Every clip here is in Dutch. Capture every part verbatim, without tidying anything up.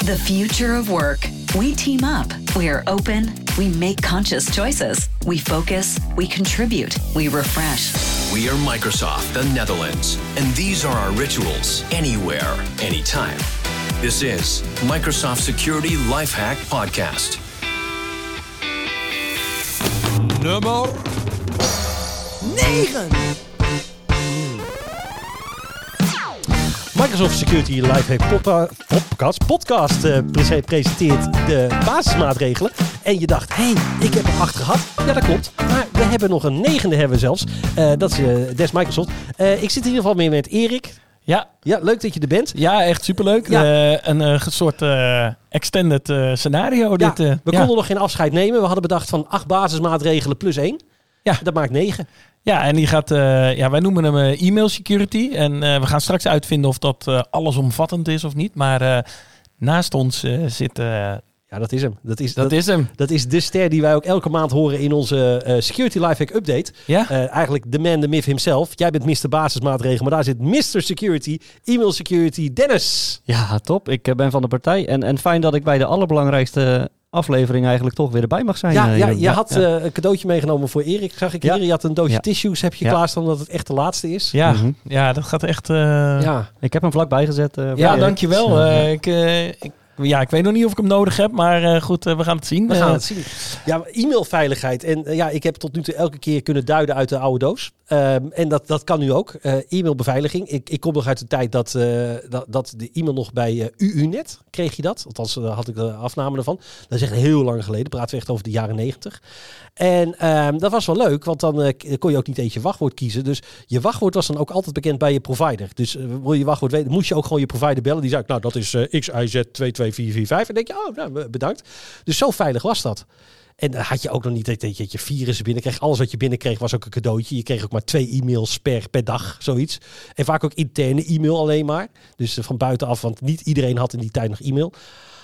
The future of work. We team up. We are open. We make conscious choices. We focus. We contribute. We refresh. We are Microsoft, the Netherlands, and these are our rituals anywhere, anytime. This is Microsoft Security Lifehack Podcast. Nummer negen. Microsoft Security Lifehack Poppa- Podcast, podcast uh, pre- presenteert de basismaatregelen. En je dacht, hé, hey, ik heb er acht gehad. Ja, dat klopt. Maar we hebben nog een negende hebben we zelfs. Uh, dat is uh, Des Microsoft. Uh, ik zit in ieder geval meer met Erik. Ja. Ja, leuk dat je er bent. Ja, echt superleuk. Ja. Uh, een uh, soort uh, extended uh, scenario. Ja, dit, uh, we ja. konden nog geen afscheid nemen. We hadden bedacht van acht basismaatregelen plus één. Ja. Dat maakt negen. Ja, en die gaat, uh, ja, wij noemen hem uh, e-mail security. En uh, we gaan straks uitvinden of dat uh, allesomvattend is of niet. Maar uh, naast ons uh, zit... Uh, Ja, dat is hem. Dat is, dat, dat is hem. Dat is de ster die wij ook elke maand horen in onze uh, Security Lifehack Update. Ja? Uh, eigenlijk de man, de myth himself. Jij bent mister Basismaatregelen, maar daar zit mister Security, E-mail Security, Dennis. Ja, top. Ik ben van de partij. En, en fijn dat ik bij de allerbelangrijkste aflevering eigenlijk toch weer erbij mag zijn. Ja, uh, ja, Jeroen. je had ja. uh, een cadeautje meegenomen voor Erik, zag ik Ja. hier. Je had een doosje Ja. tissues, heb je Ja. klaarstaan omdat het echt de laatste is. Ja, Mm-hmm. ja, dat gaat echt... Uh, Ja. Ik heb hem vlakbij gezet. Uh, ja, voor dankjewel. Erik. Dus, uh, Uh, ik, uh, ik, ja, ik weet nog niet of ik hem nodig heb, maar uh, goed, uh, we gaan het zien. We gaan Uh, het zien. Ja, e-mailveiligheid. En uh, ja, ik heb tot nu toe elke keer kunnen duiden uit de oude doos. Um, en dat, dat kan nu ook. Uh, e-mailbeveiliging. Ik, ik kom nog uit de tijd dat, uh, dat, dat de e-mail nog bij uh, U U net kreeg je dat. Althans, daar uh, had ik de afname ervan. Dat is echt heel lang geleden. Praten we echt over de jaren negentig. En um, dat was wel leuk, want dan uh, kon je ook niet eens je wachtwoord kiezen. Dus je wachtwoord was dan ook altijd bekend bij je provider. Dus uh, wil je wachtwoord weten, moest je ook gewoon je provider bellen. Die zei, nou dat is uh, X I Z twee twee vier vier vijf. En dan denk je, oh, nou, bedankt. Dus zo veilig was dat. En dan had je ook nog niet dat je, je virussen binnenkreeg. Alles wat je binnenkreeg was ook een cadeautje. Je kreeg ook maar twee e-mails per, per dag, zoiets. En vaak ook interne e-mail alleen maar. Dus uh, van buitenaf, want niet iedereen had in die tijd nog e-mail.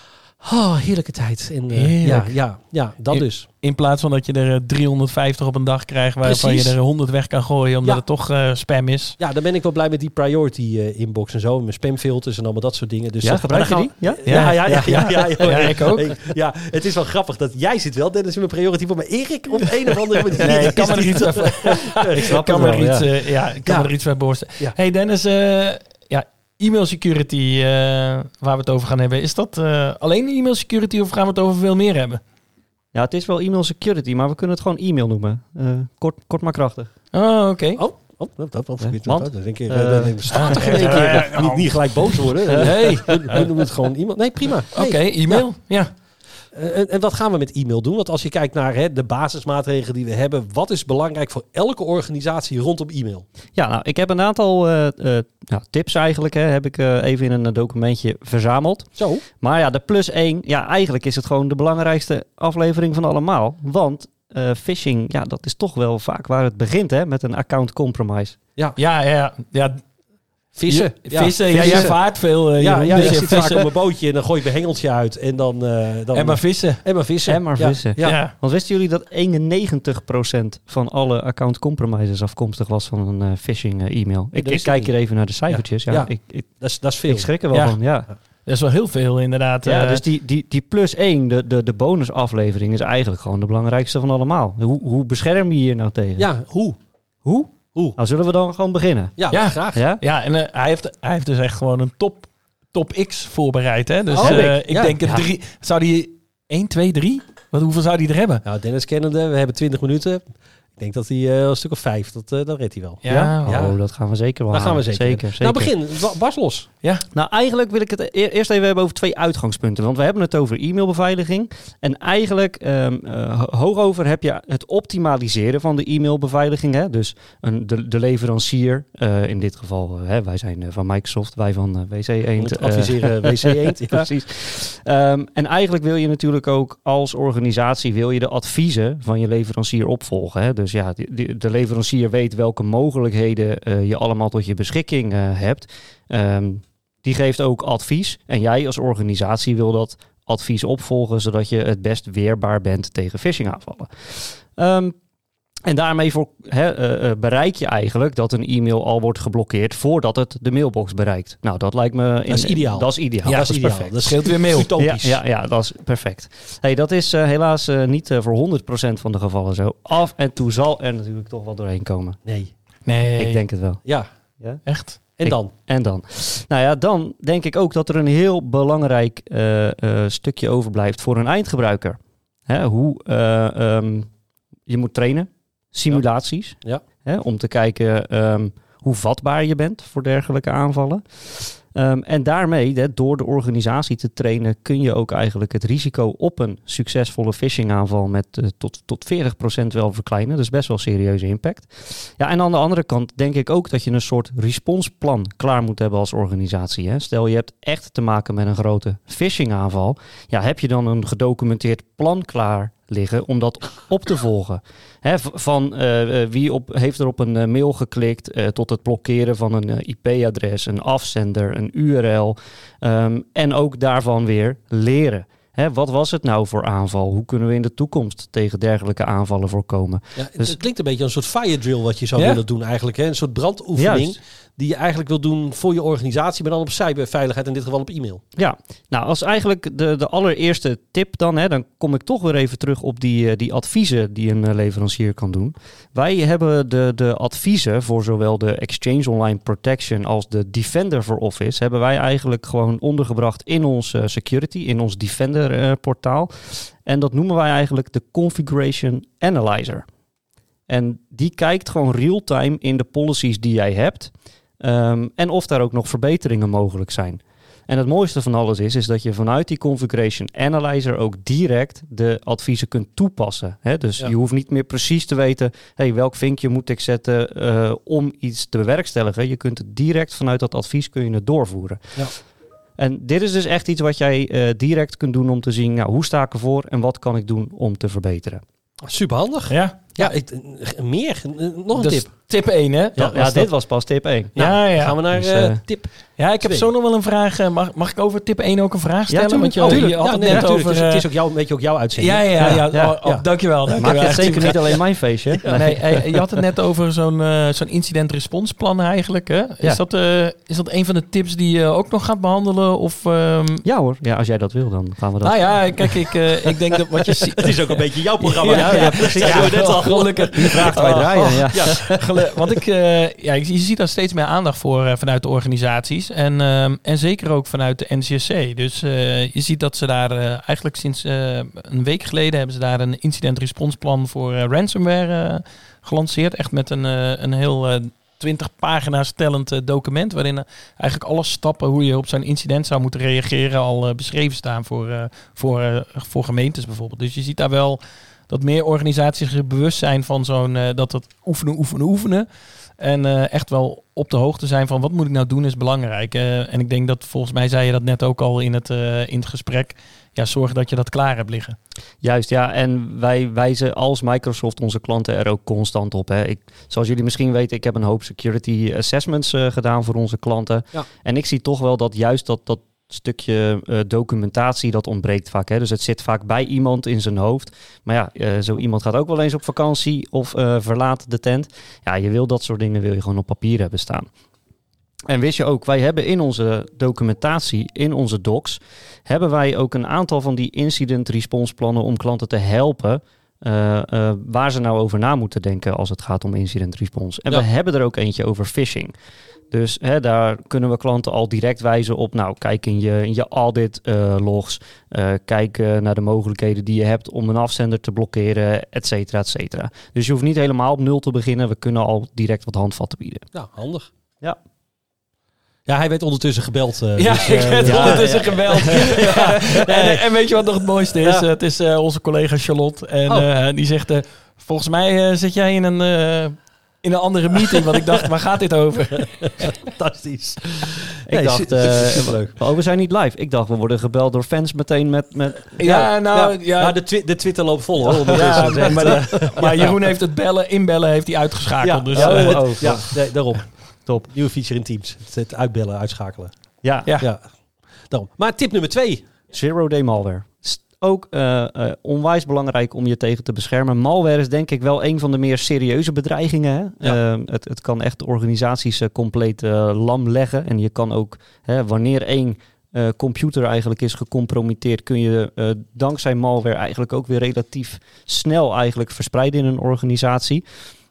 Oh, heerlijke tijd. En, uh, Heerlijk. Ja, ja, ja, dat In- dus. In plaats van dat je er uh, driehonderdvijftig op een dag krijgt, waarvan Precies. je er honderd weg kan gooien, omdat Ja. het toch uh, spam is. Ja, dan ben ik wel blij met die priority uh, inbox en zo. Mijn spamfilters en allemaal dat soort dingen. Dus, Ja, uh, gebruik je maar dan die? gaan- Ja, ja, ja. ja, ja, ja, Ja, ik ook. Hey, ja, het is wel grappig dat jij zit wel, Dennis, in mijn priority voor. Maar Erik op een of andere manier... Nee, ik kan me er is iets die- even... Ik snap kan het me er wel, iets, ja. uh, ja, ik kan Ja. me er iets bij voorstellen. Ja. Hey Dennis, uh, ja, e-mail security uh, waar we het over gaan hebben. Is dat uh, alleen e-mail security of gaan we het over veel meer hebben? Ja, het is wel e-mail security, maar we kunnen het gewoon e-mail noemen. Uh, kort, kort maar krachtig. Oh, oké. Okay. Oh, oh, dat, dat, dat, Ja, dat, want, dat, dat denk ik, uh, uh, statig in één ja, keer. ja, ja. Niet, niet gelijk boos worden. Nee. We, we noemen het gewoon iemand. Nee, prima. Oké, Hey. e-mail. Ja. Uh, en, en wat gaan we met e-mail doen? Want als je kijkt naar hè, de basismaatregelen die we hebben, wat is belangrijk voor elke organisatie rondom e-mail? Ja, nou, ik heb een aantal uh, uh, nou, tips eigenlijk, hè, heb ik uh, even in een documentje verzameld. Zo. Maar ja, de plus één, ja, eigenlijk is het gewoon de belangrijkste aflevering van allemaal. Want uh, phishing, ja, dat is toch wel vaak waar het begint, hè, met een account compromise. Ja, Ja, ja, ja. vissen. Je- vissen, ja, jij vaart veel. Uh, Ja, Jeroen, ja, dus ik je zit vaak vissen. op mijn bootje en dan gooi ik mijn hengeltje uit en dan... Uh, dan En maar vissen. en maar vissen. En maar Ja, vissen. Ja. Ja. Want wisten jullie dat eenennegentig procent van alle account compromises afkomstig was van een uh, phishing uh, e-mail? Nee, Ik, dat ik is kijk het hier even naar de cijfertjes. Ja, Ja. Ik, ik, Dat is, dat is veel. ik schrik er wel Ja. van, ja. Dat is wel heel veel inderdaad. Ja, uh, dus die, die, die plus één, de, de, de bonusaflevering, is eigenlijk gewoon de belangrijkste van allemaal. Hoe, hoe bescherm je hier nou tegen? Ja, hoe? Hoe? Hoe? Nou, zullen we dan gewoon beginnen? Ja, Ja. graag. Ja? Ja, en uh, hij, heeft, hij heeft dus echt gewoon een top, top X voorbereid. Hè? Dus Oh, uh, ik- ik ja. denk een Ja. drie. Zou die één, twee, drie? Wat, hoeveel zou die er hebben? Nou, Dennis kennende, we hebben twintig minuten. Ik denk dat hij uh, een stuk of vijf, dat, uh, dat redt hij wel. Ja. Ja. Oh, dat gaan we zeker wel Dat gaan we halen. zeker. zeker, Nou, zeker. begin. Ba- Bas los. Nou, eigenlijk wil ik het e- eerst even hebben over twee uitgangspunten. Want we hebben het over e-mailbeveiliging. En eigenlijk, um, uh, hoogover heb je het optimaliseren van de e-mailbeveiliging. Hè? Dus een, de, de leverancier, uh, in dit geval, uh, hè, wij zijn uh, van Microsoft, wij van uh, W C Eend. Het adviseren W C Eend. Ja. Precies. Um, en eigenlijk wil je natuurlijk ook als organisatie wil je de adviezen van je leverancier opvolgen. Hè? Dus ja, die, die, de leverancier weet welke mogelijkheden uh, je allemaal tot je beschikking uh, hebt. Um, die geeft ook advies. En jij als organisatie wil dat advies opvolgen, zodat je het best weerbaar bent tegen phishing aanvallen. Um, En daarmee voor, hè, uh, uh, bereik je eigenlijk dat een e-mail al wordt geblokkeerd voordat het de mailbox bereikt. Nou, dat lijkt me... In, dat is ideaal. Dat is ideaal. Ja, dat, dat is is ideaal. perfect. Dat scheelt weer mail. Utopisch. Ja, ja, ja, dat is perfect. Hey, dat is uh, helaas uh, niet uh, voor honderd procent van de gevallen zo. Af en toe zal er natuurlijk toch wat doorheen komen. Nee. Nee. Ik denk het wel. Ja. Ja? Echt? En Ik, dan? En dan? Nou ja, dan denk ik ook dat er een heel belangrijk uh, uh, stukje overblijft voor een eindgebruiker. Hè, hoe uh, um, je moet trainen. Simulaties. Ja. Hè, om te kijken um, hoe vatbaar je bent voor dergelijke aanvallen. Um, en daarmee, hè, door de organisatie te trainen, kun je ook eigenlijk het risico op een succesvolle phishing-aanval met uh, tot, tot veertig procent wel verkleinen. Dat is best wel serieuze impact. Ja, en aan de andere kant denk ik ook dat je een soort responseplan klaar moet hebben als organisatie. Hè. Stel, je hebt echt te maken met een grote phishing-aanval. Ja, heb je dan een gedocumenteerd plan klaar liggen om dat op te volgen? Hè, van uh, wie op, heeft er op een uh, mail geklikt uh, tot het blokkeren van een uh, I P-adres, een afzender, een U R L. Um, en ook daarvan weer leren. Hè, wat was het nou voor aanval? Hoe kunnen we in de toekomst tegen dergelijke aanvallen voorkomen? Ja, Dus- het klinkt een beetje als een soort fire drill wat je zou Ja. willen doen eigenlijk. Hè? Een soort brandoefening Juist. die je eigenlijk wil doen voor je organisatie, maar dan op cyberveiligheid, in dit geval op e-mail. Ja, nou als eigenlijk de, de allereerste tip dan, hè, dan kom ik toch weer even terug op die, uh, die adviezen die een uh, leverancier kan doen. Wij hebben de, de adviezen voor zowel de Exchange Online Protection als de Defender for Office, hebben wij eigenlijk gewoon ondergebracht in ons uh, security, in ons Defender uh, portaal. En dat noemen wij eigenlijk de Configuration Analyzer. En die kijkt gewoon real-time in de policies die jij hebt. Um, en of daar ook nog verbeteringen mogelijk zijn. En het mooiste van alles is, is dat je vanuit die Configuration Analyzer ook direct de adviezen kunt toepassen. Hè? Dus Ja. je hoeft niet meer precies te weten, hey, welk vinkje moet ik zetten uh, om iets te bewerkstelligen. Je kunt het direct vanuit dat advies kun je het doorvoeren. Ja. En dit is dus echt iets wat jij uh, direct kunt doen om te zien, nou, hoe sta ik ervoor en wat kan ik doen om te verbeteren. Superhandig. Ja. Ja, ik, meer. Nog een Dus tip. tip één, hè? Ja, Dat ja was dit dat. was pas tip één. Ja, ja. Gaan we naar Dus, uh, uh, tip. Ja, ik heb Twee. zo nog wel een vraag. Uh, mag, mag ik over tip één ook een vraag stellen? tuurlijk. Want je, Oh, je tuurlijk. had Ja, het nee, net natuurlijk. over... Het is, uh, het is ook jouw, een beetje ook jouw uitzending. ja, ja, ja. Ja, Oh, oh, ja. dankjewel. Maak dankjewel. het zeker niet alleen mijn feestje. Ja, nee, hey, je had het net over zo'n uh, zo'n incident-responsplan eigenlijk. Hè? Is, Ja. dat, uh, is dat een van de tips die je ook nog gaat behandelen? Of, um... Ja hoor, ja, als jij dat wil, dan gaan we dat. Nou ja, kijk, ik, uh, ik denk dat wat je ziet... Het is ook een beetje jouw programma. Ja, ja, precies. Ja, Ja, net al. gelukkig. Die vraagt wij draaien. Oh, ja. Ja. Gelu- Want ik, uh, ja, je ziet daar steeds meer aandacht voor uh, vanuit de organisaties. En, um, en zeker ook vanuit de N C S C. Dus uh, je ziet dat ze daar uh, eigenlijk sinds uh, een week geleden hebben ze daar een incident response plan voor uh, ransomware uh, gelanceerd. Echt met een, uh, een heel uh, twintig pagina's tellend uh, document. Waarin uh, eigenlijk alle stappen hoe je op zo'n incident zou moeten reageren al uh, beschreven staan voor, uh, voor, uh, voor gemeentes bijvoorbeeld. Dus je ziet daar wel dat meer organisaties zich bewust zijn van zo'n uh, dat het oefenen, oefenen, oefenen. En uh, echt wel op de hoogte zijn van wat moet ik nou doen is belangrijk. Uh, en ik denk dat volgens mij zei je dat net ook al in het, uh, in het gesprek. Ja, zorg dat je dat klaar hebt liggen. Juist, ja. En wij wijzen als Microsoft onze klanten er ook constant op. Hè. Ik, zoals jullie misschien weten, ik heb een hoop security assessments uh, gedaan voor onze klanten. Ja. En ik zie toch wel dat juist dat, dat stukje uh, documentatie, dat ontbreekt vaak. Hè. Dus het zit vaak bij iemand in zijn hoofd. Maar ja, uh, zo iemand gaat ook wel eens op vakantie of uh, verlaat de tent. Ja, je wil dat soort dingen wil je gewoon op papier hebben staan. En wist je ook, wij hebben in onze documentatie, in onze docs, hebben wij ook een aantal van die incident response plannen om klanten te helpen uh, uh, waar ze nou over na moeten denken als het gaat om incident response. En Ja. we hebben er ook eentje over phishing. Dus hè, daar kunnen we klanten al direct wijzen op. Nou, kijk in je, in je audit uh, logs. Uh, kijk uh, naar de mogelijkheden die je hebt om een afzender te blokkeren, et cetera, et cetera. Dus je hoeft niet helemaal op nul te beginnen. We kunnen al direct wat handvatten bieden. Nou, handig. Ja. Ja, hij werd ondertussen gebeld. Uh, Ja, dus, ik uh, heb ja, ondertussen ja. gebeld. Ja. En, en weet je wat nog het mooiste is? Ja. Het is uh, onze collega Charlotte. En Oh. uh, die zegt, uh, volgens mij uh, zit jij in een, uh, in een andere meeting. Want ik dacht, waar gaat dit over? Fantastisch. Ik Nee, dacht, su- uh, superleuk. oh, we zijn niet live. Ik dacht, we worden gebeld door fans meteen met... met Ja, nou, ja. Nou, de, twi- de Twitter loopt vol hoor. Ja, ondertussen. nee, maar, die- maar Jeroen heeft het bellen, inbellen heeft hij uitgeschakeld. Ja, dus, ja, uh, het- oh, ja, nee, daarom. Top. Nieuwe feature in Teams. Het, het uitbellen, uitschakelen. Ja, Ja. Ja. Daarom. Maar tip nummer twee. Zero-day malware. St- ook uh, uh, onwijs belangrijk om je tegen te beschermen. Malware is denk ik wel een van de meer serieuze bedreigingen. Hè? Ja. Uh, het, het kan echt organisaties uh, compleet uh, lam leggen. En je kan ook, hè, wanneer één uh, computer eigenlijk is gecompromitteerd, kun je uh, dankzij malware eigenlijk ook weer relatief snel eigenlijk verspreiden in een organisatie.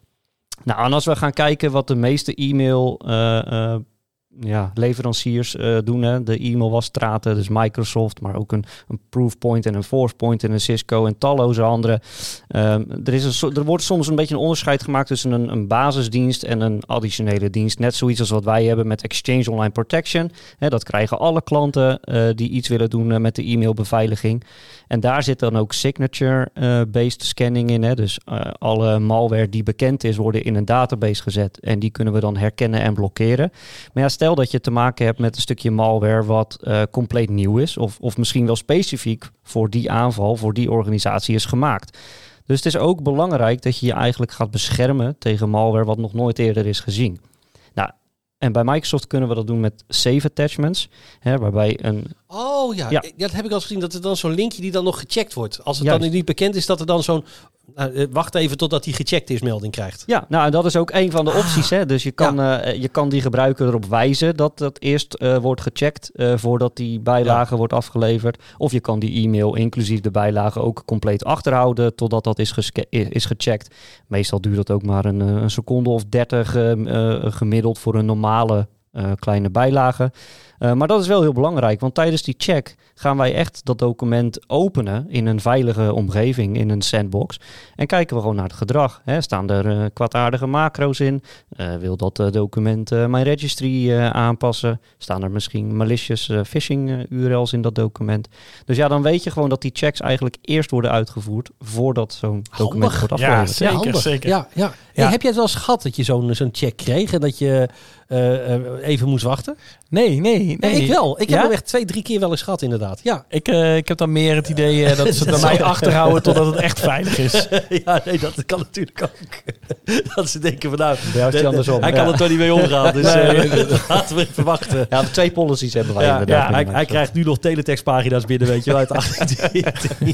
Nou, en als we gaan kijken wat de meeste e-mail uh, uh, ja, leveranciers uh, doen, hè. De e-mailwasstraten, dus Microsoft, maar ook een, een Proofpoint en een Forcepoint en een Cisco en talloze andere. Um, er, is een, er wordt soms een beetje een onderscheid gemaakt tussen een, een basisdienst en een additionele dienst. Net zoiets als wat wij hebben met Exchange Online Protection. Hè, dat krijgen alle klanten uh, die iets willen doen uh, met de e-mailbeveiliging. En daar zit dan ook signature-based uh, scanning in. Hè. Dus uh, alle malware die bekend is, worden in een database gezet. En die kunnen we dan herkennen en blokkeren. Maar ja, stel dat je te maken hebt met een stukje malware wat uh, compleet nieuw is. Of, of misschien wel specifiek voor die aanval, voor die organisatie is gemaakt. Dus het is ook belangrijk dat je je eigenlijk gaat beschermen tegen malware wat nog nooit eerder is gezien. Nou, en bij Microsoft kunnen we dat doen met Save Attachments. Hè, waarbij een... Oh ja. ja, dat heb ik al eens gezien. Dat er dan zo'n linkje die dan nog gecheckt wordt. Als het Juist. dan niet bekend is, dat er dan zo'n... Nou, wacht even totdat die gecheckt is melding krijgt. Ja, nou en dat is ook een van de opties. Ah, hè. Dus je kan, ja. uh, je kan die gebruiker erop wijzen dat dat eerst uh, wordt gecheckt uh, voordat die bijlage ja. wordt afgeleverd. Of je kan die e-mail inclusief de bijlage ook compleet achterhouden totdat dat is, geske- is gecheckt. Meestal duurt dat ook maar een, een seconde of dertig uh, uh, gemiddeld voor een normale uh, kleine bijlage. Uh, maar dat is wel heel belangrijk, want tijdens die check gaan wij echt dat document openen in een veilige omgeving, in een sandbox. En kijken we gewoon naar het gedrag. Hè. Staan er uh, kwaadaardige macro's in? Uh, wil dat uh, document uh, mijn registry uh, aanpassen? Staan er misschien malicious uh, phishing uh, U R L's in dat document? Dus ja, dan weet je gewoon dat die checks eigenlijk eerst worden uitgevoerd voordat zo'n document handig. wordt afgeleverd. Ja, zeker, ja, handig. zeker. Ja, ja. Ja. Hey, heb jij het wel eens gehad dat je zo'n, zo'n check kreeg en dat je uh, uh, even moest wachten? Nee, nee, nee. Nee, ik wel. Ik heb Ja? hem echt twee, drie keer wel eens gehad inderdaad. Ja, Ik, uh, ik heb dan meer het idee uh, dat ze het bij mij achterhouden totdat het echt veilig is. ja nee, dat kan natuurlijk ook. dat ze denken van nou, Bij jou is het de- andersom. hij Ja. kan er toch niet mee omgaan. Dus uh, laten we even wachten. Ja, twee policies hebben wij Ja, inderdaad. ja, binnen hij, hij Microsoft. krijgt nu nog teletextpagina's binnen, weet je wel, uit achttien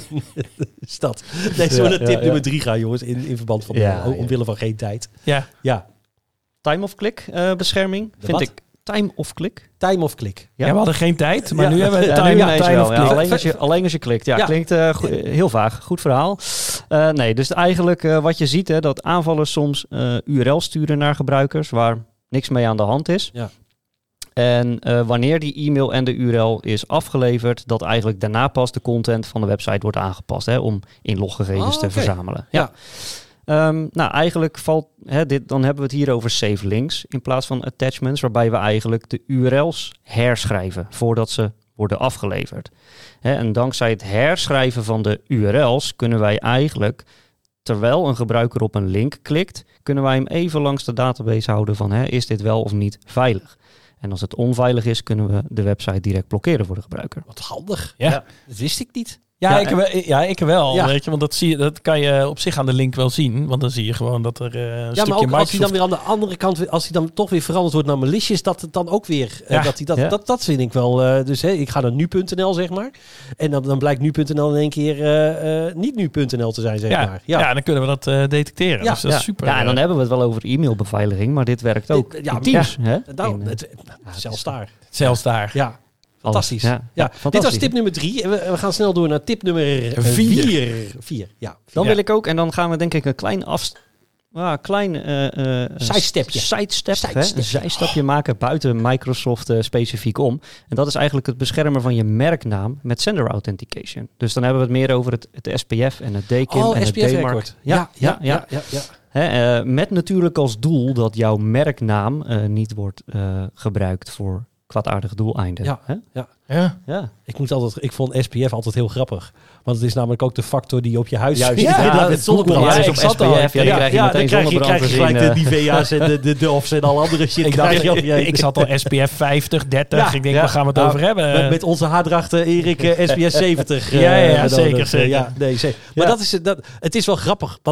stad. Nee, zullen we naar Ja, tip ja, nummer drie gaan, jongens, in, in verband van, Ja, de, ja. omwille van geen tijd. Ja, Ja, Time of click uh, bescherming De vind wat? ik time of click. time of click. ja. we hadden geen tijd, maar Ja. nu hebben we Ja, time, nu ja, ineens time wel. of Ja, click. alleen, als je, alleen als je klikt. Ja, Ja. klinkt uh, go- heel vaag. Goed verhaal. Uh, nee, dus eigenlijk uh, wat je ziet, hè, dat aanvallers soms uh, U R L's sturen naar gebruikers waar niks mee aan de hand is. Ja. En uh, wanneer die e-mail en de U R L is afgeleverd, dat eigenlijk daarna pas de content van de website wordt aangepast, hè, om inloggegevens Oh, te oké. verzamelen. Ja. Um, nou, eigenlijk valt, hè, dit, dan hebben we het hier over save links in plaats van attachments, waarbij we eigenlijk de U R L's herschrijven voordat ze worden afgeleverd. Hè, en dankzij het herschrijven van de U R L's kunnen wij eigenlijk, terwijl een gebruiker op een link klikt, kunnen wij hem even langs de database houden van, hè, is dit wel of niet veilig? En als het onveilig is, kunnen we de website direct blokkeren voor de gebruiker. Wat handig. Ja. Dat wist ik niet. Ja, Ja, ik, wel, ja, ik wel. Ja. Weet je, want dat, zie je, dat kan je op zich aan de link wel zien. Want dan zie je gewoon dat er uh, een Ja, stukje maar ook als hij dan Microsoft... weer aan de andere kant, weer- als hij dan toch weer veranderd wordt naar malicious, dat het dan ook weer, uh, Ja. dat, hij dat, Ja. dat, dat vind ik wel. Uh, dus hè, ik ga naar nu punt n l, zeg maar. En dan, dan blijkt nu punt n l in één keer uh, uh, niet nu punt n l te zijn, zeg ja, maar. ja. dan kunnen we dat uh, detecteren. Ja, dus dat ja. is super. Ja, en dan uh, hebben we het wel over e-mailbeveiliging, maar dit werkt ook Dit- ja, in Teams. Hè? Nou, In, uh, het, zelfs daar. zelfs daar. Ja, fantastisch. alles. Ja, Ja, ja, Dit fantastisch. was tip nummer drie. En we, we gaan snel door naar tip nummer uh, Vier. vier. Vier, ja. Dan Ja. wil ik ook, en dan gaan we denk ik een klein af... Ah, klein uh, uh, Sidestepje. sidestep, hè? Sidestepje. Een zijstapje maken buiten Microsoft uh, specifiek om. En dat is eigenlijk het beschermen van je merknaam met sender authentication. Dus dan hebben we het meer over het, het S P F en het D K I M Oh, en het S P F D MARC. record. Ja, ja, ja. ja, ja. Hè, uh, met natuurlijk als doel dat jouw merknaam uh, niet wordt uh, gebruikt voor kwaadaardige doeleinden. Ja. Hè? Ja. Ja. Ik, moet altijd, ik vond S P F altijd heel grappig. Want het is namelijk ook de factor die op je huis Juist. zit. Ja, Ja, dat met zonnebrand. Google Ja, is ik op zat S P F, al. ja, dan krijg je meteen dan krijg je, zonnebrand krijg je te gelijk zien, de uh. Nivea's en de, de Doves en al andere shit. Ik, krijg dacht, je op je heen. ik zat al S P F vijftig, dertig. Ja, ik denk, ja. waar gaan we het Nou, over hebben? Met, met onze haardrachten Erik uh, S P F zeventig. uh, Ja, ja, ja, benodigd. zeker, Uh, zeker. Ja, nee, zeker. Maar Ja. dat is, dat, het is wel grappig. Want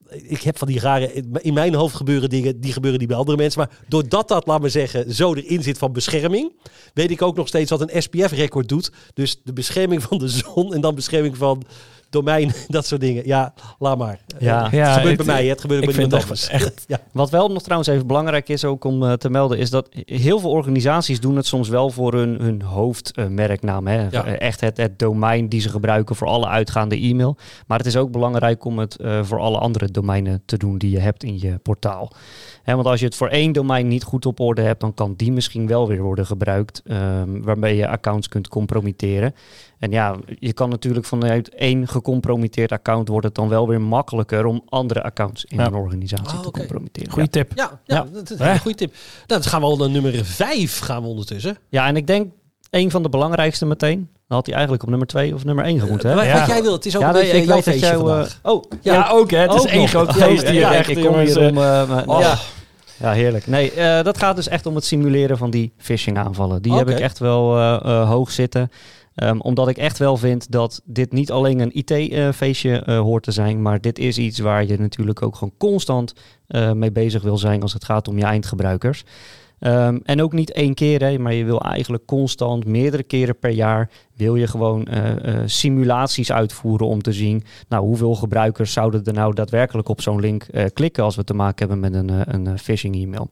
ik heb van die rare... In mijn hoofd gebeuren dingen, die gebeuren niet bij andere mensen. Maar doordat dat, laat maar zeggen, zo erin zit van bescherming... weet ik ook nog steeds wat een S P F-record doet. Dus de bescherming van de zon en dan bescherming van... domein, dat soort dingen. Ja, laat maar. Ja. Uh, het gebeurt ik, bij mij, het gebeurt ik bij niemand vind anders. echt... ja. Wat wel nog trouwens even belangrijk is ook om uh, te melden... is dat heel veel organisaties doen het soms wel voor hun, hun hoofdmerknaam. Uh, Ja. Echt het, het domein die ze gebruiken voor alle uitgaande e-mail. Maar het is ook belangrijk om het uh, voor alle andere domeinen te doen die je hebt in je portaal. He, want als je het voor één domein niet goed op orde hebt... dan kan die misschien wel weer worden gebruikt... Um, waarmee je accounts kunt compromitteren. En ja, je kan natuurlijk vanuit één gecompromitteerd account... wordt het dan wel weer makkelijker om andere accounts in Ja. een organisatie Ah, te oké. compromitteren. Goeie tip. Ja, ja, Ja. dat is een goede tip. Nou, dan gaan we al naar nummer vijf gaan we ondertussen. Ja, en ik denk een van de belangrijkste meteen. Dan had hij eigenlijk op nummer twee of nummer één gemoeten. Hè? Uh, Ja. Wat jij wil, het is ook Ja, een nee, beetje ik jouw weet dat feestje jij... uh, vandaag. oh, Ja, ja, ook hè. Het is ook één nog. groot feest Oh, hier. ja, echt, ik kom jongens, hier om... eh, uh, maar- oh. ja. ja, heerlijk. Nee, uh, dat gaat dus echt om het simuleren van die phishing aanvallen. Die Oké. heb ik echt wel uh, uh, hoog zitten. Um, omdat ik echt wel vind dat dit niet alleen een I T-feestje uh, uh, hoort te zijn, maar dit is iets waar je natuurlijk ook gewoon constant uh, mee bezig wil zijn als het gaat om je eindgebruikers. Um, en ook niet één keer, hè, maar je wil eigenlijk constant, meerdere keren per jaar, wil je gewoon uh, uh, simulaties uitvoeren om te zien, nou, hoeveel gebruikers zouden er nou daadwerkelijk op zo'n link uh, klikken als we te maken hebben met een, uh, een uh, phishing e-mail.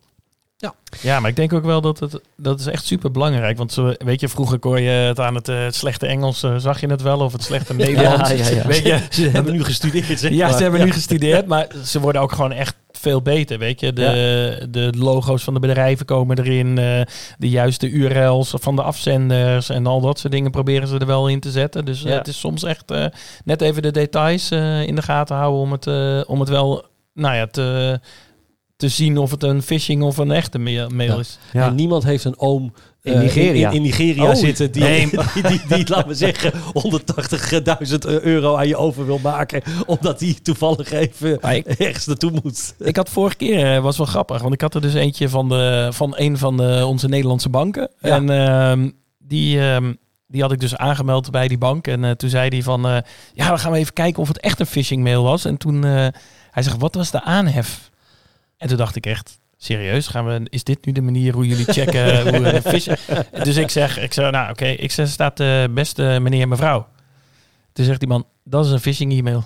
Ja, maar ik denk ook wel dat het dat is echt super belangrijk. Want zo, weet je, vroeger kon je het aan het, uh, het slechte Engels, uh, zag je het wel, of het slechte Nederlands. Ja, ja, ja. Weet je, Ze hebben nu gestudeerd, zeg ja, maar. ze hebben nu gestudeerd, maar ze worden ook gewoon echt veel beter, weet je. De, de logo's van de bedrijven komen erin, uh, de juiste U R L's van de afzenders en al dat soort dingen proberen ze er wel in te zetten. Dus uh, Ja. het is soms echt uh, net even de details uh, in de gaten houden om het, uh, om het wel, nou ja, te... te zien of het een phishing of een echte mail, mail Ja. is. Ja. En niemand heeft een oom In uh, Nigeria. In, in Nigeria Oh, zitten die, nee. die, die, die, laten we zeggen, honderdtachtigduizend euro aan je over wil maken. Omdat hij toevallig even Maar ik- ergens naartoe moet. Ik had vorige keer, uh, was wel grappig, want ik had er dus eentje van, de, van een van de, onze Nederlandse banken. Ja. En uh, die, uh, die had ik dus aangemeld bij die bank. En uh, toen zei hij van, uh, ja, we gaan even kijken of het echt een phishing mail was. En toen, uh, hij zegt, wat was de aanhef? En toen dacht ik echt, serieus, gaan we, is dit nu de manier hoe jullie checken hoe een phishing... Dus ik zeg, ik zeg nou oké, okay. ik zeg, staat uh, beste meneer mevrouw. Toen zegt die man, dat is een phishing e-mail.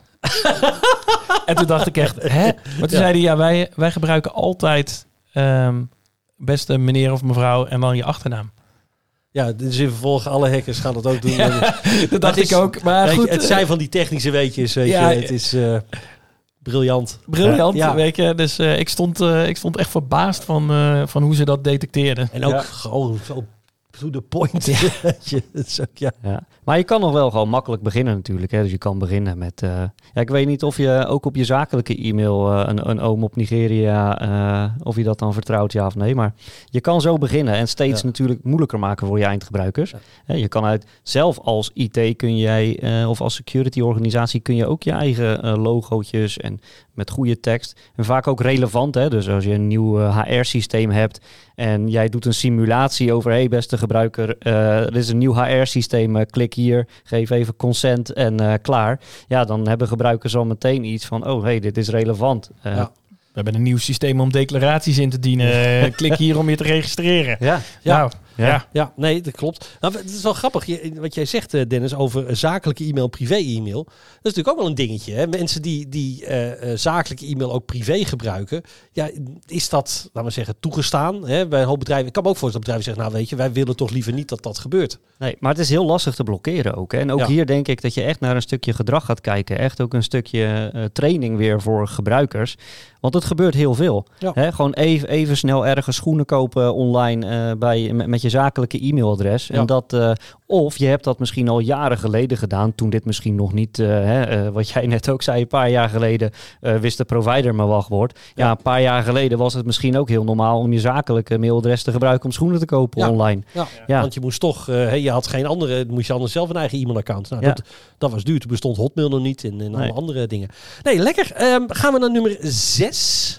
En toen dacht ik echt, hè? Maar toen Ja. zei hij, ja, wij, wij gebruiken altijd um, beste meneer of mevrouw en dan je achternaam. Ja, dus in vervolg alle hackers gaan dat ook doen. Ja, dat dacht het is- ik ook. Maar Weet je, goed, het zijn van die technische weetjes, weet Ja, je. Het is uh, briljant. briljant, Ja. weet je. Dus uh, ik, stond, uh, ik stond echt verbaasd van, uh, van hoe ze dat detecteerden. En ook Ja. gewoon zo to the point. Weet je, dat is ook, ja. Ja. Maar je kan nog wel gewoon makkelijk beginnen natuurlijk. Hè? Dus je kan beginnen met... Uh, ja, ik weet niet of je ook op je zakelijke e-mail uh, een, een oom op Nigeria... Uh, of je dat dan vertrouwt, ja of nee. Maar je kan zo beginnen en steeds Ja. natuurlijk moeilijker maken voor je eindgebruikers. Ja. Hè, je kan uit... Zelf als I T kun jij... Uh, of als security organisatie kun je ook je eigen uh, logootjes... en met goede tekst. En vaak ook relevant. Hè? Dus als je een nieuw uh, H R-systeem hebt... en jij doet een simulatie over... hey, beste gebruiker, uh, er is een nieuw H R-systeem... Uh, klik hier, geef even consent en uh, klaar. Ja, dan hebben gebruikers al meteen iets van... oh, hey, dit is relevant. Uh, Ja. We hebben een nieuw systeem om declaraties in te dienen. Klik hier om je te registreren. ja. Ja. Nou, Ja. ja. Ja, nee, dat klopt. Nou, het is wel grappig je, wat jij zegt, eh, Dennis, over zakelijke e-mail, privé-e-mail. Dat is natuurlijk ook wel een dingetje. Hè? Mensen die, die uh, uh, zakelijke e-mail ook privé gebruiken. Ja, is dat, laten we zeggen, toegestaan? Hè? Bij een hoop bedrijven. Ik kan me ook voorstellen dat bedrijven zeggen, nou weet je, wij willen toch liever niet dat dat gebeurt. Nee, maar het is heel lastig te blokkeren ook. Hè? En ook Ja. hier denk ik dat je echt naar een stukje gedrag gaat kijken. Echt ook een stukje uh, training weer voor gebruikers. Want het gebeurt heel veel. Ja. Hè? Gewoon even, even snel ergens schoenen kopen online uh, bij, met, met je zakelijke e-mailadres. Ja. En dat, uh, of je hebt dat misschien al jaren geleden gedaan. Toen dit misschien nog niet, uh, hè, uh, wat jij net ook zei, een paar jaar geleden uh, wist de provider mijn wachtwoord. Ja. ja, een paar jaar geleden was het misschien ook heel normaal om je zakelijke mailadres te gebruiken om schoenen te kopen Ja. online. Ja, Ja. want je moest toch, uh, hey, je had geen andere, moest je anders zelf een eigen e-mailaccount. Nou, Ja. dat, dat was duur. Toen bestond Hotmail nog niet en, en Nee. alle andere dingen. Nee, lekker. Um, gaan we naar nummer zes.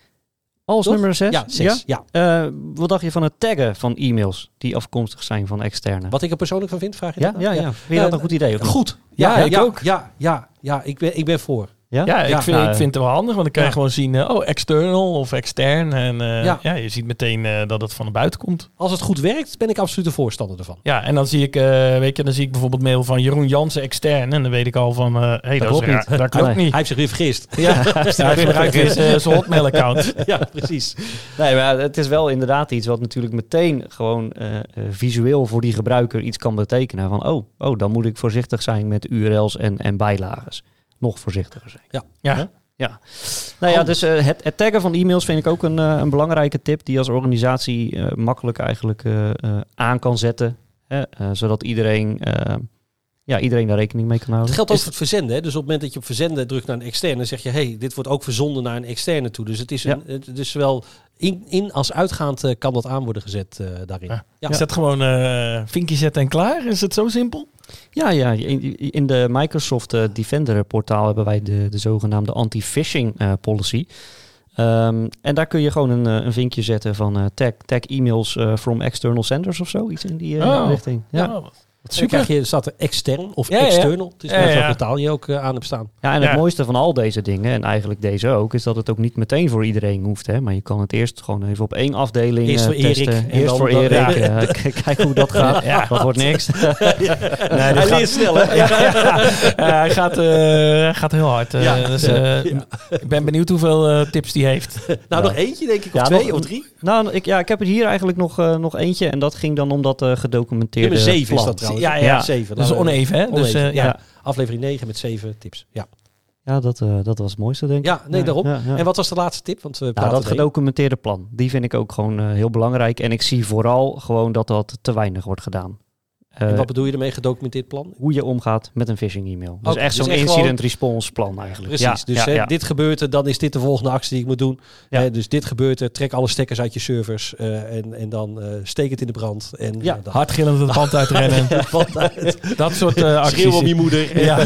Als Toch? nummer zes? Ja, zes. Ja. Uh, wat dacht je van het taggen van e-mails die afkomstig zijn van externe? Wat ik er persoonlijk van vind, vraag je Ja, dat? ja, ja. Vind je dat een goed idee? Of niet? Goed. Ja, Ja, ik ja, ook. Ja, ja, ja, ik ben, ik ben voor. Ja? Ja, ik, Ja, vind, nou, ik vind het wel handig, want dan kan je ja. gewoon zien, uh, oh, external of extern. En uh, Ja. ja. je ziet meteen uh, dat het van de buiten komt. Als het goed werkt, ben ik absoluut een voorstander ervan. Ja, en dan zie ik, uh, weet je, dan zie ik bijvoorbeeld mail van Jeroen Jansen extern. En dan weet ik al van, uh, hey, dat, klopt is, niet. ja, dat klopt Nee. niet. Hij heeft zich weer vergist. Ja, hij gebruikt dus, uh, zijn Hotmail-account. Ja, precies. Nee, maar het is wel inderdaad iets wat natuurlijk meteen gewoon uh, uh, visueel voor die gebruiker iets kan betekenen. Van, oh, oh dan moet ik voorzichtig zijn met U R L's en, en bijlagen. Nog voorzichtiger zijn. Ja. Ja. Ja, nou ja, dus uh, het, het taggen van e-mails vind ik ook een, uh, een belangrijke tip die je als organisatie uh, makkelijk eigenlijk uh, uh, aan kan zetten. Hè? Uh, zodat iedereen, uh, ja, iedereen daar rekening mee kan houden. Het geldt ook Is- voor het verzenden. Hè? Dus op het moment dat je op verzenden drukt naar een externe, zeg je, hey, dit wordt ook verzonden naar een externe toe. Dus het is, een, het, dus zowel in, in als uitgaand uh, kan dat aan worden gezet uh, daarin. Ja. Ja. Is dat gewoon uh, vinkje zetten en klaar? Is het zo simpel? Ja, ja in, in de Microsoft uh, Defender portaal hebben wij de, de zogenaamde anti-phishing uh, policy. Um, en daar kun je gewoon een, uh, een vinkje zetten van uh, tag, tag e-mails uh, from external senders of zo. Iets in die uh, Oh. richting. Ja. Ja, wat- wat Dan super. krijg je, staat er extern of Ja, ja. external. Het is Ja, net ja. welke taal je ook uh, aan hebt staan. Ja, en het Ja. mooiste van al deze dingen, en eigenlijk deze ook, is dat het ook niet meteen voor iedereen hoeft. Hè? Maar je kan het eerst gewoon even op één afdeling Eerst eh, voor Erik testen. en Eerst dan- voor dan- Erik. ja. eh, k- kijk hoe dat gaat. Ja. Dat wordt niks. Nee, dit Hij gaat- leert snel, hè? Ja, ja. Ja, hij gaat, uh, hij gaat heel hard. Uh, Ja. dus, uh, Ja. Ik ben benieuwd hoeveel uh, tips die heeft. Nou, nog eentje, denk ik. Of Ja, twee nog- of drie. Nou, ik, ja, ik heb er hier eigenlijk nog, uh, nog eentje. En dat ging dan om dat uh, gedocumenteerde Nummer zeven is plan. dat trouwens. Ja, ja. Ja, zeven. Dat is Laten we- oneven, hè? Dus, Oneven, uh, ja. ja. Aflevering negen met zeven tips. Ja, Ja, dat, uh, dat was het mooiste, denk ik. ja nee, daarom. Ja, ja. En wat was de laatste tip? Want we Nou, praten dat erheen. gedocumenteerde plan, die vind ik ook gewoon uh, heel belangrijk. En ik zie vooral gewoon dat dat te weinig wordt gedaan. Uh, En wat bedoel je ermee, gedocumenteerd plan? hoe je omgaat met een phishing e-mail. Dus Oké, echt dus zo'n echt incident gewoon- response plan eigenlijk. Precies. Ja, dus ja, hè, ja. dit gebeurt er, dan is dit de volgende actie die ik moet doen. Ja. Hè, dus dit gebeurt er, trek alle stekkers uit je servers uh, en, en dan uh, steek het in de brand. En, Ja, uh, dan Hard gillend het pand uitrennen. valt uit. Dat soort uh, acties. Schreeuw op je moeder. Ja.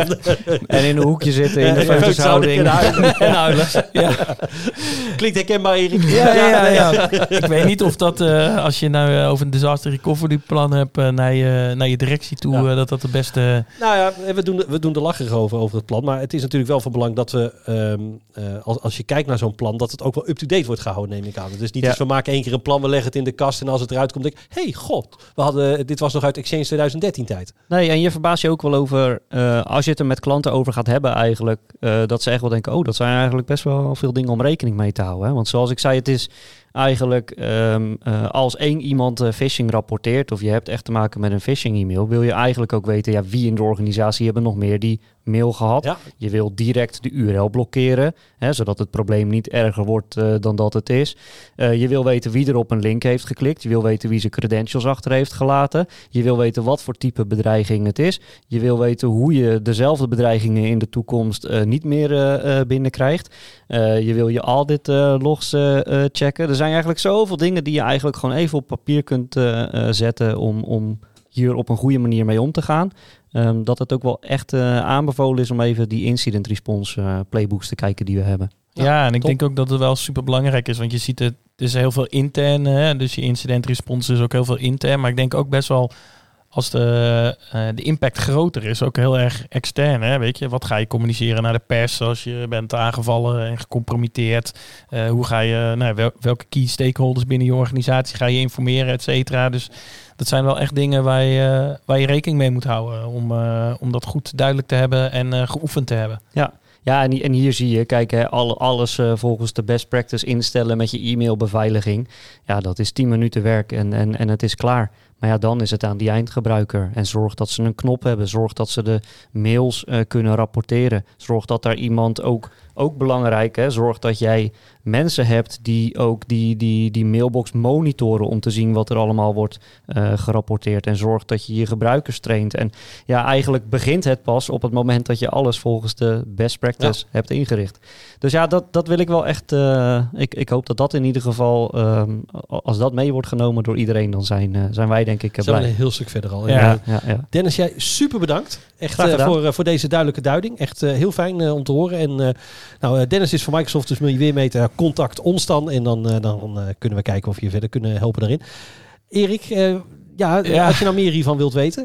En in een hoekje zitten in de Ja, feutushouding. en huilen. En huilen. Ja. Klinkt herkenbaar, Erik. Ja, ja, ja, ja. Ik weet niet of dat, uh, als je nou uh, over een disaster recovery plan hebt uh, naar, je, naar je directie toe, Ja. uh, dat dat de beste... Nou ja, we doen, we doen de lacherig over, over het plan. Maar het is natuurlijk wel van belang dat we, um, uh, als, als je kijkt naar zo'n plan, dat het ook wel up-to-date wordt gehouden, neem ik aan. Dus niet Ja. eens we maken één keer een plan, we leggen het in de kast en als het eruit komt, denk ik, hey, god, we hadden, dit was nog uit Exchange twintig dertien tijd. Nee, en je verbaast je ook wel over, uh, als je het er met klanten over gaat hebben eigenlijk, uh, dat ze echt wel denken, oh, dat zijn eigenlijk best wel veel dingen om rekening mee te houden. Hè? Want zoals ik zei, het is eigenlijk um, uh, als één iemand uh, phishing rapporteert of je hebt echt te maken met een phishing e-mail, wil je eigenlijk ook weten, ja, wie in de organisatie hebben nog meer die mail gehad. Ja. Je wil direct de U R L blokkeren, hè, zodat het probleem niet erger wordt uh, dan dat het is. Uh, je wil weten wie er op een link heeft geklikt. Je wil weten wie zijn credentials achter heeft gelaten. Je wil weten wat voor type bedreiging het is. Je wil weten hoe je dezelfde bedreigingen in de toekomst uh, niet meer uh, uh, binnenkrijgt. Uh, je wil je audit uh, logs uh, uh, checken. Er zijn eigenlijk zoveel dingen die je eigenlijk gewoon even op papier kunt uh, uh, zetten om, om hier op een goede manier mee om te gaan. Um, dat het ook wel echt uh, aanbevolen is om even die incident response uh, playbooks te kijken die we hebben. Ja, Ja, en ik top. denk ook dat het wel super belangrijk is, want je ziet het, het is heel veel intern, hè, dus je incident response is ook heel veel intern, maar ik denk ook best wel als de, uh, de impact groter is, ook heel erg extern. Hè, weet je, wat ga je communiceren naar de pers als je bent aangevallen en gecompromitteerd? Uh, hoe ga je, nou, wel, welke key stakeholders binnen je organisatie ga je informeren, et cetera. Dus dat zijn wel echt dingen waar je, waar je rekening mee moet houden om, uh, om dat goed duidelijk te hebben en uh, geoefend te hebben. Ja. Ja, en, en hier zie je, kijk, hè, alle, alles uh, volgens de best practice instellen met je e-mailbeveiliging. Ja, dat is tien minuten werk en, en, en het is klaar. Maar ja, dan is het aan die eindgebruiker. En zorg dat ze een knop hebben. Zorg dat ze de mails uh, kunnen rapporteren. Zorg dat daar iemand ook, ook belangrijk, hè, zorg dat jij mensen hebt die ook die, die, die mailbox monitoren om te zien wat er allemaal wordt uh, gerapporteerd. En zorg dat je je gebruikers traint. En ja, eigenlijk begint het pas op het moment dat je alles volgens de best practice ja. hebt ingericht. Dus ja, dat, dat wil ik wel echt... Uh, ik, ik hoop dat dat in ieder geval, um, als dat mee wordt genomen door iedereen, dan zijn, uh, zijn wij denk ik uh, Zijn blij. we een heel stuk verder al. Ja. Ja. Ja, ja. Dennis, jij super bedankt. Echt Graag uh, gedaan. voor, uh, voor deze duidelijke duiding. Echt uh, heel fijn uh, om te horen. En uh, nou, uh, Dennis is van Microsoft, dus wil je weer meten, contact ons dan. En dan, uh, dan uh, kunnen we kijken of we je verder kunnen helpen daarin. Erik, uh, ja, Ja. als je nou meer hiervan wilt weten.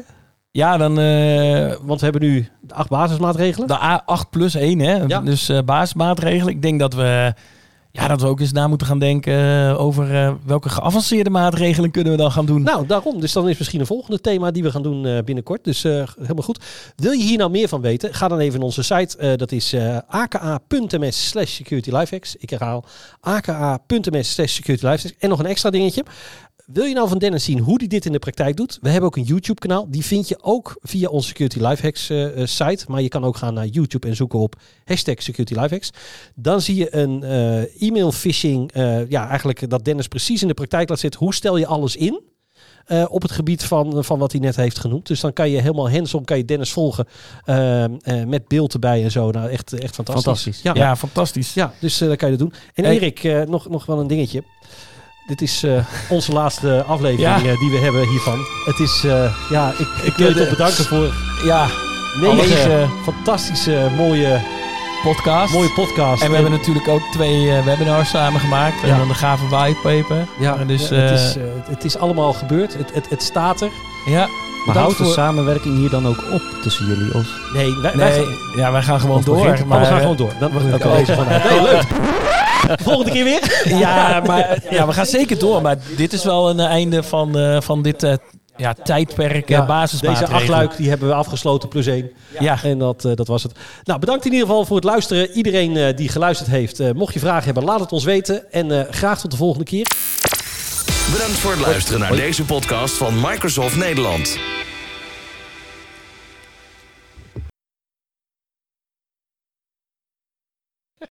Ja, dan... Uh, Want we hebben nu de acht basismaatregelen. De A acht plus één, hè. Ja. Dus uh, basismaatregelen. Ik denk dat we... Ja, dat we ook eens na moeten gaan denken over uh, welke geavanceerde maatregelen kunnen we dan gaan doen. Nou, daarom. Dus dan is misschien een volgende thema die we gaan doen uh, binnenkort. Dus uh, helemaal goed. Wil je hier nou meer van weten? Ga dan even naar onze site. Uh, dat is uh, aka.ms slash security lifehacks. Ik herhaal aka.ms slash security lifehacks. En nog een extra dingetje. Wil je nou van Dennis zien hoe hij dit in de praktijk doet? We hebben ook een YouTube kanaal. Die vind je ook via onze Security Lifehacks uh, site. Maar je kan ook gaan naar YouTube en zoeken op hashtag Security Lifehacks. Dan zie je een uh, e-mail phishing. Uh, ja, eigenlijk dat Dennis precies in de praktijk laat zitten. Hoe stel je alles in? Uh, op het gebied van, van wat hij net heeft genoemd. Dus dan kan je helemaal hands-on kan je Dennis volgen. Uh, uh, met beeld erbij en zo. Nou, echt, echt fantastisch. fantastisch. Ja. ja, fantastisch. Ja, dus uh, dan kan je dat doen. En hey. Erik, uh, nog, nog wel een dingetje. Dit is uh, onze laatste aflevering ja. uh, die we hebben hiervan. Het is, uh, ja, ik, ik wil je toch bedanken voor ja, negen uh, fantastische, mooie podcast. Mooie podcast. En we en, hebben natuurlijk ook twee uh, webinars samen gemaakt. Ja. En dan de gave whitepaper. Ja, dus, ja uh, het, is, uh, het is allemaal gebeurd. Het, het, het staat er. Ja. Maar houdt de voor... samenwerking hier dan ook op tussen jullie? Of? Nee, wij, nee, wij gaan, ja, wij gaan gewoon door. Maar, maar we gaan gewoon door. Dan we okay. Deze van nee, leuk. Volgende keer weer? Ja, maar ja, we gaan zeker door. Maar dit is wel een einde van, uh, van dit uh, ja, tijdperk ja, basismaatregelen. Deze achtluik die hebben we afgesloten, plus één. Ja. En dat, uh, dat was het. Nou, bedankt in ieder geval voor het luisteren. Iedereen uh, die geluisterd heeft. Uh, mocht je vragen hebben, laat het ons weten. En uh, graag tot de volgende keer. Bedankt voor het luisteren naar deze podcast van Microsoft Nederland.